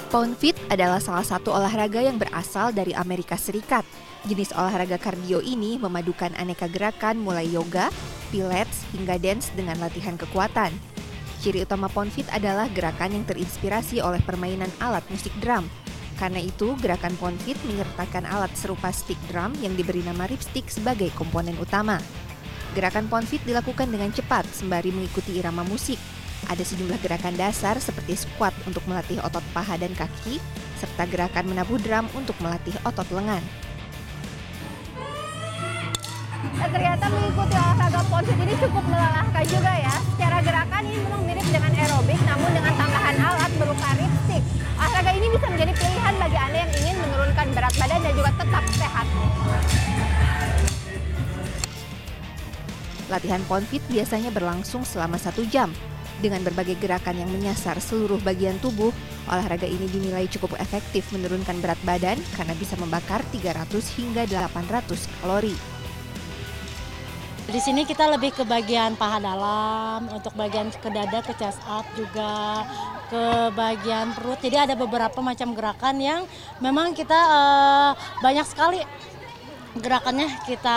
Pound Fit adalah salah satu olahraga yang berasal dari Amerika Serikat. Jenis olahraga kardio ini memadukan aneka gerakan mulai yoga, pilates, hingga dance dengan latihan kekuatan. Ciri utama Pound Fit adalah gerakan yang terinspirasi oleh permainan alat musik drum. Karena itu, gerakan Pound Fit menyertakan alat serupa stick drum yang diberi nama ripstick sebagai komponen utama. Gerakan Pound Fit dilakukan dengan cepat sembari mengikuti irama musik. Ada sejumlah gerakan dasar seperti squat untuk melatih otot paha dan kaki, serta gerakan menabuh drum untuk melatih otot lengan. Ternyata mengikuti olahraga Pound Fit ini cukup melelahkan juga ya. Secara gerakan ini memang mirip dengan aerobik, namun dengan tambahan alat berupa ripstick. Olahraga ini bisa menjadi pilihan bagi Anda yang ingin menurunkan berat badan dan juga tetap sehat. Latihan Pound Fit biasanya berlangsung selama 1 jam. Dengan berbagai gerakan yang menyasar seluruh bagian tubuh, olahraga ini dinilai cukup efektif menurunkan berat badan karena bisa membakar 300 hingga 800 kalori. Di sini kita lebih ke bagian paha dalam, untuk bagian ke dada, ke chest up juga, ke bagian perut. Jadi ada beberapa macam gerakan yang memang kita banyak sekali gerakannya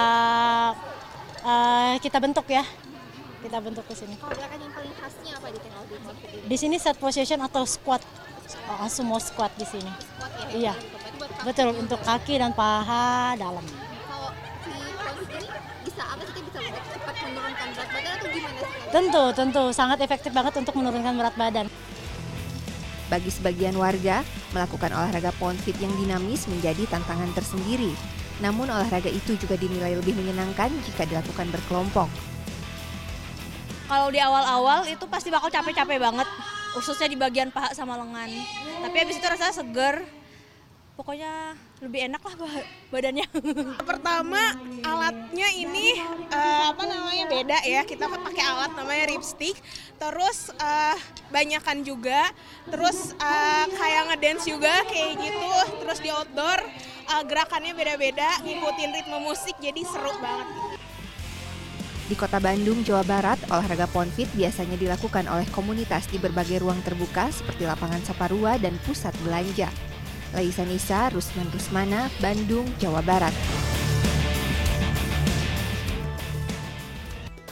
kita bentuk ya. Kita bentuk ke sini. Kalau gerakan yang paling khasnya apa di teknologi Pound Fit ini? Di sini set position atau squat, sumo squat di sini. Squat ya? Iya, betul untuk kaki dan paha dalam. Kalau si Pound Fit ini bisa apa sih, bisa lebih cepat menurunkan berat badan atau gimana sih? Tentu sangat efektif banget untuk menurunkan berat badan. Bagi sebagian warga, melakukan olahraga Pound Fit yang dinamis menjadi tantangan tersendiri. Namun olahraga itu juga dinilai lebih menyenangkan jika dilakukan berkelompok. Kalau di awal-awal itu pasti bakal capek-capek banget, khususnya di bagian paha sama lengan. Tapi habis itu rasanya seger, pokoknya lebih enak lah badannya. Pertama alatnya ini beda ya, kita pakai alat namanya ripstick. Terus banyakan juga, terus kayak ngedance juga kayak gitu. Terus di outdoor gerakannya beda-beda, ngikutin ritme musik jadi seru banget. Di Kota Bandung, Jawa Barat, olahraga Pound Fit biasanya dilakukan oleh komunitas di berbagai ruang terbuka seperti lapangan Saparua dan pusat belanja. Laisa Nisa, Rusman Rusmana, Bandung, Jawa Barat.